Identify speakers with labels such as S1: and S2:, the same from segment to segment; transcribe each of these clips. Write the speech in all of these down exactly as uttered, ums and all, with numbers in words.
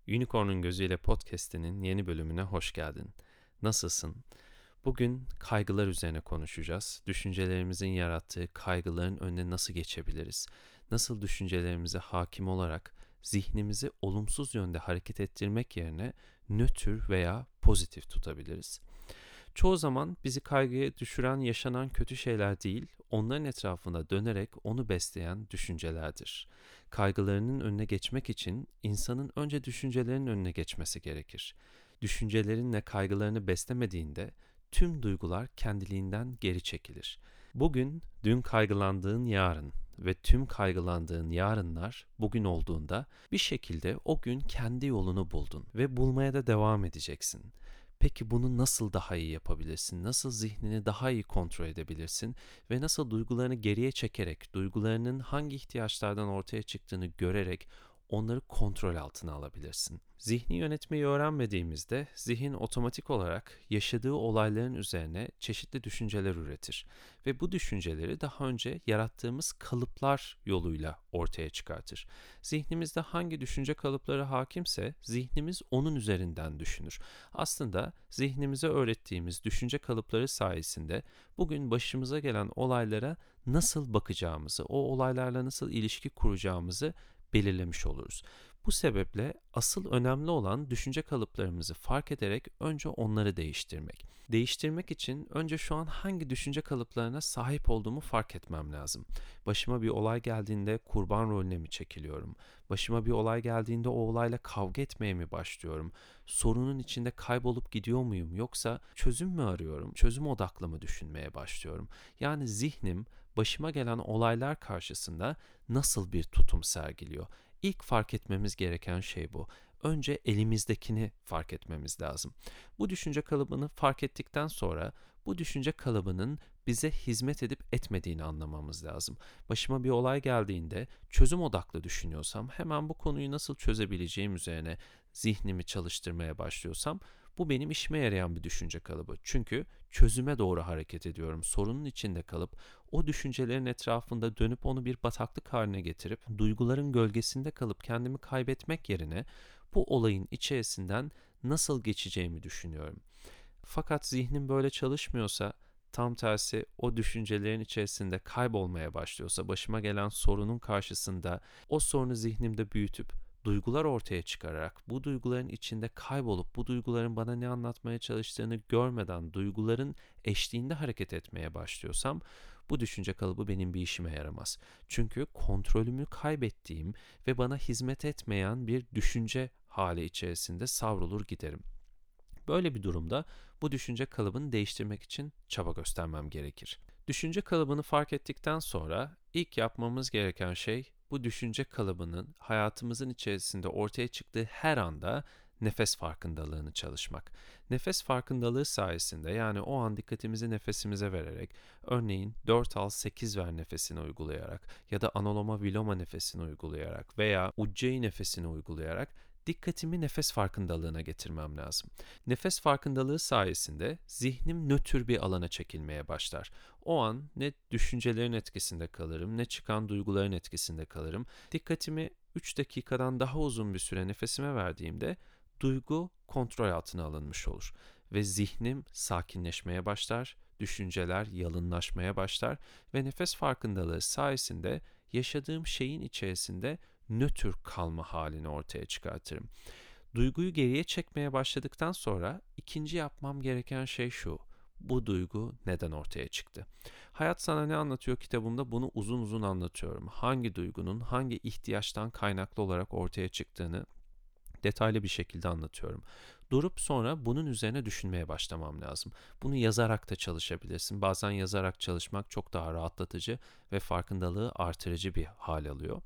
S1: Unicorn'un Gözüyle Podcast'inin yeni bölümüne hoş geldin. Nasılsın? Bugün kaygılar üzerine konuşacağız. Düşüncelerimizin yarattığı kaygıların önüne nasıl geçebiliriz? Nasıl düşüncelerimize hakim olarak zihnimizi olumsuz yönde hareket ettirmek yerine nötr veya pozitif tutabiliriz? Çoğu zaman bizi kaygıya düşüren yaşanan kötü şeyler değil, onların etrafında dönerek onu besleyen düşüncelerdir. Kaygılarının önüne geçmek için insanın önce düşüncelerinin önüne geçmesi gerekir. Düşüncelerinle kaygılarını beslemediğinde tüm duygular kendiliğinden geri çekilir. Bugün dün kaygılandığın yarın ve tüm kaygılandığın yarınlar bugün olduğunda bir şekilde o gün kendi yolunu buldun ve bulmaya da devam edeceksin. Peki bunu nasıl daha iyi yapabilirsin? Nasıl zihnini daha iyi kontrol edebilirsin? Ve nasıl duygularını geriye çekerek, duygularının hangi ihtiyaçlardan ortaya çıktığını görerek onları kontrol altına alabilirsin? Zihni yönetmeyi öğrenmediğimizde zihin otomatik olarak yaşadığı olayların üzerine çeşitli düşünceler üretir ve bu düşünceleri daha önce yarattığımız kalıplar yoluyla ortaya çıkartır. Zihnimizde hangi düşünce kalıpları hakimse zihnimiz onun üzerinden düşünür. Aslında zihnimize öğrettiğimiz düşünce kalıpları sayesinde bugün başımıza gelen olaylara nasıl bakacağımızı, o olaylarla nasıl ilişki kuracağımızı belirlemiş oluruz. Bu sebeple asıl önemli olan düşünce kalıplarımızı fark ederek önce onları değiştirmek. Değiştirmek için önce şu an hangi düşünce kalıplarına sahip olduğumu fark etmem lazım. Başıma bir olay geldiğinde kurban rolüne mi çekiliyorum? Başıma bir olay geldiğinde o olayla kavga etmeye mi başlıyorum? Sorunun içinde kaybolup gidiyor muyum? Yoksa çözüm mü arıyorum? Çözüm odaklı mı düşünmeye başlıyorum? Yani zihnim başıma gelen olaylar karşısında nasıl bir tutum sergiliyor? İlk fark etmemiz gereken şey bu. Önce elimizdekini fark etmemiz lazım. Bu düşünce kalıbını fark ettikten sonra bu düşünce kalıbının bize hizmet edip etmediğini anlamamız lazım. Başıma bir olay geldiğinde çözüm odaklı düşünüyorsam, hemen bu konuyu nasıl çözebileceğim üzerine zihnimi çalıştırmaya başlıyorsam, bu benim işime yarayan bir düşünce kalıbı. Çünkü çözüme doğru hareket ediyorum. Sorunun içinde kalıp o düşüncelerin etrafında dönüp onu bir bataklık haline getirip duyguların gölgesinde kalıp kendimi kaybetmek yerine bu olayın içerisinden nasıl geçeceğimi düşünüyorum. Fakat zihnim böyle çalışmıyorsa, tam tersi o düşüncelerin içerisinde kaybolmaya başlıyorsa, başıma gelen sorunun karşısında o sorunu zihnimde büyütüp duygular ortaya çıkararak bu duyguların içinde kaybolup bu duyguların bana ne anlatmaya çalıştığını görmeden duyguların eşliğinde hareket etmeye başlıyorsam, bu düşünce kalıbı benim bir işime yaramaz. Çünkü kontrolümü kaybettiğim ve bana hizmet etmeyen bir düşünce hali içerisinde savrulur giderim. Böyle bir durumda bu düşünce kalıbını değiştirmek için çaba göstermem gerekir. Düşünce kalıbını fark ettikten sonra ilk yapmamız gereken şey bu düşünce kalıbının hayatımızın içerisinde ortaya çıktığı her anda nefes farkındalığını çalışmak. Nefes farkındalığı sayesinde, yani o an dikkatimizi nefesimize vererek, örneğin dört al sekiz ver nefesini uygulayarak ya da analoma viloma nefesini uygulayarak veya ujjayi nefesini uygulayarak dikkatimi nefes farkındalığına getirmem lazım. Nefes farkındalığı sayesinde zihnim nötr bir alana çekilmeye başlar. O an ne düşüncelerin etkisinde kalırım, ne çıkan duyguların etkisinde kalırım. Dikkatimi üç dakikadan daha uzun bir süre nefesime verdiğimde duygu kontrol altına alınmış olur ve zihnim sakinleşmeye başlar, düşünceler yalınlaşmaya başlar ve nefes farkındalığı sayesinde yaşadığım şeyin içerisinde nötr kalma halini ortaya çıkartırım. Duyguyu geriye çekmeye başladıktan sonra ikinci yapmam gereken şey şu: bu duygu neden ortaya çıktı? Hayat Sana Ne Anlatıyor kitabımda bunu uzun uzun anlatıyorum. Hangi duygunun hangi ihtiyaçtan kaynaklı olarak ortaya çıktığını detaylı bir şekilde anlatıyorum. Durup sonra bunun üzerine düşünmeye başlamam lazım. Bunu yazarak da çalışabilirsin. Bazen yazarak çalışmak çok daha rahatlatıcı ve farkındalığı artırıcı bir hal alıyor.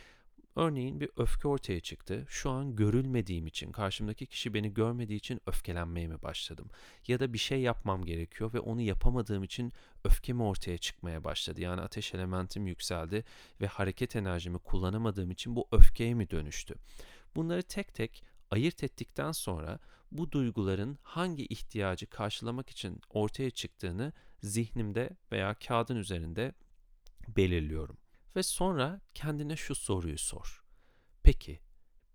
S1: Örneğin bir öfke ortaya çıktı. Şu an görülmediğim için, karşımdaki kişi beni görmediği için öfkelenmeye mi başladım? Ya da bir şey yapmam gerekiyor ve onu yapamadığım için öfkemi ortaya çıkmaya başladı. Yani ateş elementim yükseldi ve hareket enerjimi kullanamadığım için bu öfkeye mi dönüştü? Bunları tek tek ayırt ettikten sonra bu duyguların hangi ihtiyacı karşılamak için ortaya çıktığını zihnimde veya kağıdın üzerinde belirliyorum. Ve sonra kendine şu soruyu sor: peki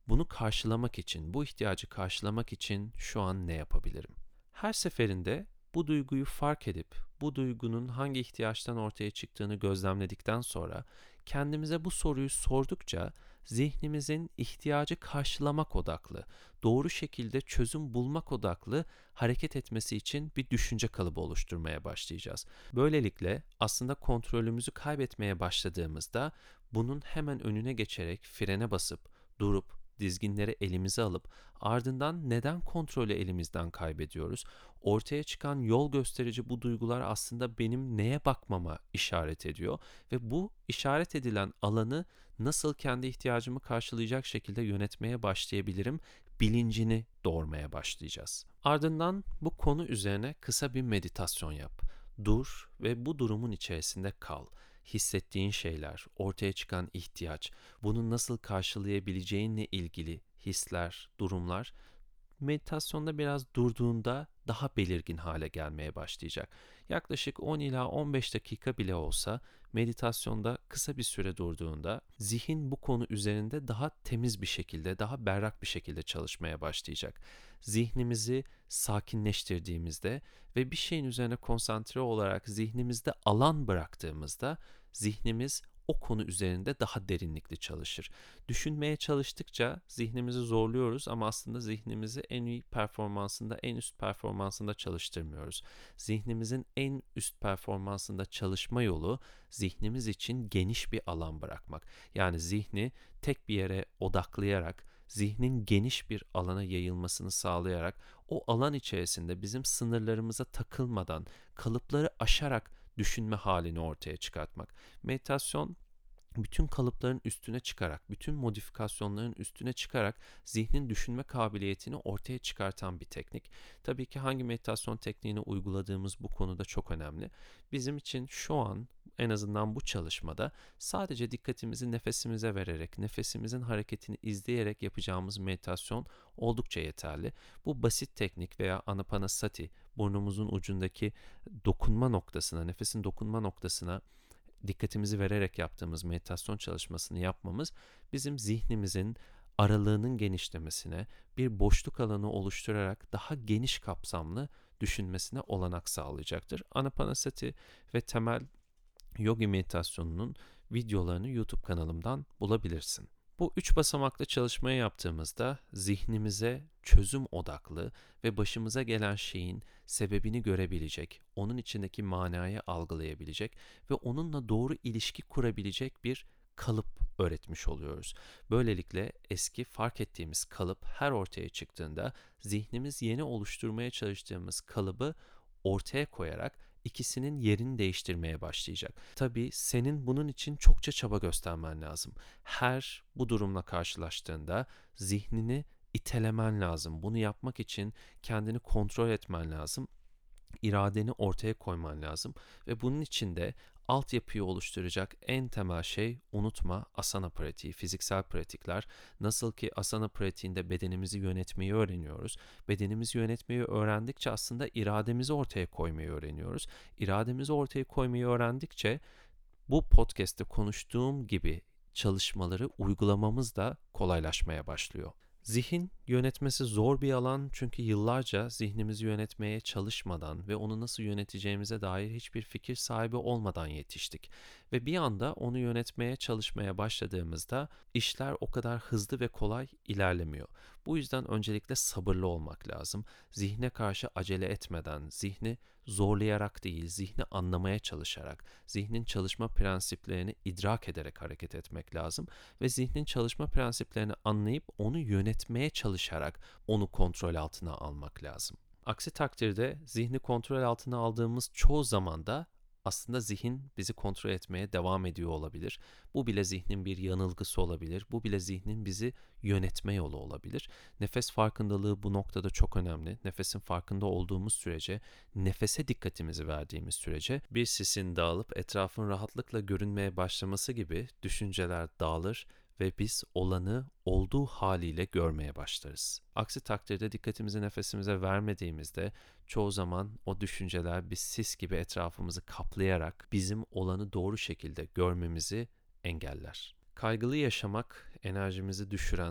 S1: Bunu karşılamak için, bu ihtiyacı karşılamak için şu an ne yapabilirim? Her seferinde bu duyguyu fark edip, bu duygunun hangi ihtiyaçtan ortaya çıktığını gözlemledikten sonra kendimize bu soruyu sordukça zihnimizin ihtiyacı karşılamak odaklı, doğru şekilde çözüm bulmak odaklı hareket etmesi için bir düşünce kalıbı oluşturmaya başlayacağız. Böylelikle aslında kontrolümüzü kaybetmeye başladığımızda bunun hemen önüne geçerek frene basıp, durup, dizginleri elimize alıp ardından neden kontrolü elimizden kaybediyoruz? Ortaya çıkan yol gösterici bu duygular aslında benim neye bakmama işaret ediyor ve bu işaret edilen alanı nasıl kendi ihtiyacımı karşılayacak şekilde yönetmeye başlayabilirim bilincini doğurmaya başlayacağız. Ardından bu konu üzerine kısa bir meditasyon yap. Dur ve bu durumun içerisinde kal. Hissettiğin şeyler, ortaya çıkan ihtiyaç, bunu nasıl karşılayabileceğinle ilgili hisler, durumlar meditasyonda biraz durduğunda daha belirgin hale gelmeye başlayacak. Yaklaşık on ila on beş dakika bile olsa meditasyonda kısa bir süre durduğunda zihin bu konu üzerinde daha temiz bir şekilde, daha berrak bir şekilde çalışmaya başlayacak. Zihnimizi sakinleştirdiğimizde ve bir şeyin üzerine konsantre olarak zihnimizde alan bıraktığımızda zihnimiz o konu üzerinde daha derinlikli çalışır. Düşünmeye çalıştıkça zihnimizi zorluyoruz ama aslında zihnimizi en iyi performansında, en üst performansında çalıştırmıyoruz. Zihnimizin en üst performansında çalışma yolu zihnimiz için geniş bir alan bırakmak. Yani zihni tek bir yere odaklayarak, zihnin geniş bir alana yayılmasını sağlayarak o alan içerisinde bizim sınırlarımıza takılmadan, kalıpları aşarak düşünme halini ortaya çıkartmak. Meditasyon bütün kalıpların üstüne çıkarak, bütün modifikasyonların üstüne çıkarak zihnin düşünme kabiliyetini ortaya çıkartan bir teknik. Tabii ki hangi meditasyon tekniğini uyguladığımız bu konuda çok önemli. Bizim için şu an en azından bu çalışmada sadece dikkatimizi nefesimize vererek, nefesimizin hareketini izleyerek yapacağımız meditasyon oldukça yeterli. Bu basit teknik veya Anapanasati, burnumuzun ucundaki dokunma noktasına, nefesin dokunma noktasına dikkatimizi vererek yaptığımız meditasyon çalışmasını yapmamız bizim zihnimizin aralığının genişlemesine, bir boşluk alanı oluşturarak daha geniş kapsamlı düşünmesine olanak sağlayacaktır. Anapanasati ve temel yogi meditasyonunun videolarını YouTube kanalımdan bulabilirsin. Bu üç basamaklı çalışmayı yaptığımızda zihnimize çözüm odaklı ve başımıza gelen şeyin sebebini görebilecek, onun içindeki manayı algılayabilecek ve onunla doğru ilişki kurabilecek bir kalıp öğretmiş oluyoruz. Böylelikle eski fark ettiğimiz kalıp her ortaya çıktığında zihnimiz yeni oluşturmaya çalıştığımız kalıbı ortaya koyarak ikisinin yerini değiştirmeye başlayacak. Tabii senin bunun için çokça çaba göstermen lazım. Her bu durumla karşılaştığında zihnini itelemen lazım. Bunu yapmak için kendini kontrol etmen lazım. İradeni ortaya koyman lazım ve bunun için de altyapıyı oluşturacak en temel şey unutma asana pratiği, fiziksel pratikler. Nasıl ki asana pratiğinde bedenimizi yönetmeyi öğreniyoruz. Bedenimizi yönetmeyi öğrendikçe aslında irademizi ortaya koymayı öğreniyoruz. İrademizi ortaya koymayı öğrendikçe bu podcast'te konuştuğum gibi çalışmaları uygulamamız da kolaylaşmaya başlıyor. Zihin yönetmesi zor bir alan çünkü yıllarca zihnimizi yönetmeye çalışmadan ve onu nasıl yöneteceğimize dair hiçbir fikir sahibi olmadan yetiştik. Ve bir anda onu yönetmeye çalışmaya başladığımızda işler o kadar hızlı ve kolay ilerlemiyor. Bu yüzden öncelikle sabırlı olmak lazım. Zihne karşı acele etmeden, zihni zorlayarak değil, zihni anlamaya çalışarak, zihnin çalışma prensiplerini idrak ederek hareket etmek lazım ve zihnin çalışma prensiplerini anlayıp onu yönetmeye çalışarak onu kontrol altına almak lazım. Aksi takdirde zihni kontrol altına aldığımız çoğu zamanda aslında zihin bizi kontrol etmeye devam ediyor olabilir. Bu bile zihnin bir yanılgısı olabilir. Bu bile zihnin bizi yönetme yolu olabilir. Nefes farkındalığı bu noktada çok önemli. Nefesin farkında olduğumuz sürece, nefese dikkatimizi verdiğimiz sürece bir sisin dağılıp etrafın rahatlıkla görünmeye başlaması gibi düşünceler dağılır ve biz olanı olduğu haliyle görmeye başlarız. Aksi takdirde dikkatimizi nefesimize vermediğimizde çoğu zaman o düşünceler bir sis gibi etrafımızı kaplayarak bizim olanı doğru şekilde görmemizi engeller. Kaygılı yaşamak enerjimizi düşüren,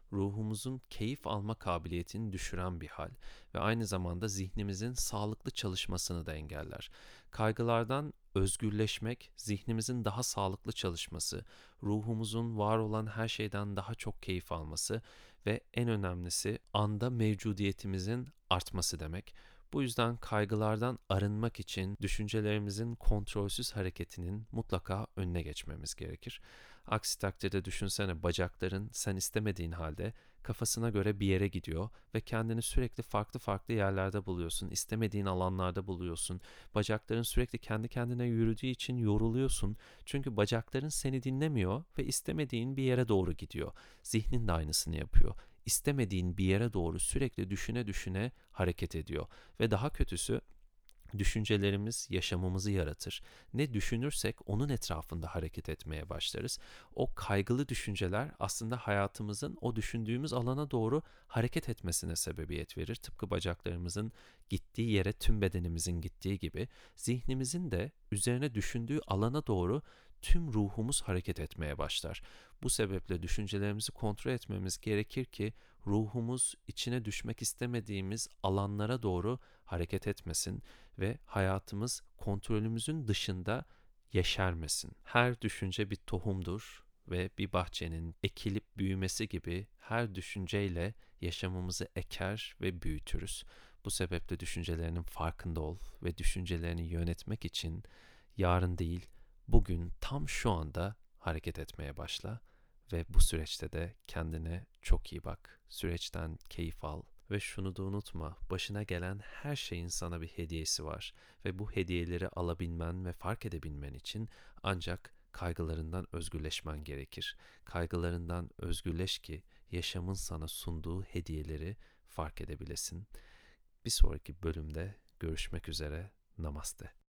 S1: ruhumuzun keyif alma kabiliyetini düşüren bir hal ve aynı zamanda zihnimizin sağlıklı çalışmasını da engeller. Kaygılardan özgürleşmek, zihnimizin daha sağlıklı çalışması, ruhumuzun var olan her şeyden daha çok keyif alması ve en önemlisi anda mevcudiyetimizin artması demek. Bu yüzden kaygılardan arınmak için düşüncelerimizin kontrolsüz hareketinin mutlaka önüne geçmemiz gerekir. Aksi takdirde düşünsene, bacakların sen istemediğin halde kafasına göre bir yere gidiyor ve kendini sürekli farklı farklı yerlerde buluyorsun, istemediğin alanlarda buluyorsun. Bacakların sürekli kendi kendine yürüdüğü için yoruluyorsun. Çünkü bacakların seni dinlemiyor ve istemediğin bir yere doğru gidiyor. Zihnin de aynısını yapıyor. İstemediğin bir yere doğru sürekli düşüne düşüne hareket ediyor. Ve daha kötüsü, düşüncelerimiz yaşamımızı yaratır. Ne düşünürsek onun etrafında hareket etmeye başlarız. O kaygılı düşünceler aslında hayatımızın o düşündüğümüz alana doğru hareket etmesine sebebiyet verir. Tıpkı bacaklarımızın gittiği yere tüm bedenimizin gittiği gibi zihnimizin de üzerine düşündüğü alana doğru tüm ruhumuz hareket etmeye başlar. Bu sebeple düşüncelerimizi kontrol etmemiz gerekir ki ruhumuz içine düşmek istemediğimiz alanlara doğru hareket etmesin ve hayatımız kontrolümüzün dışında yeşermesin. Her düşünce bir tohumdur ve bir bahçenin ekilip büyümesi gibi her düşünceyle yaşamımızı eker ve büyütürüz. Bu sebeple düşüncelerinin farkında ol ve düşüncelerini yönetmek için yarın değil, bugün tam şu anda hareket etmeye başla ve bu süreçte de kendine çok iyi bak. Süreçten keyif al. Ve şunu da unutma, başına gelen her şeyin sana bir hediyesi var ve bu hediyeleri alabilmen ve fark edebilmen için ancak kaygılarından özgürleşmen gerekir. Kaygılarından özgürleş ki yaşamın sana sunduğu hediyeleri fark edebilesin. Bir sonraki bölümde görüşmek üzere. Namaste.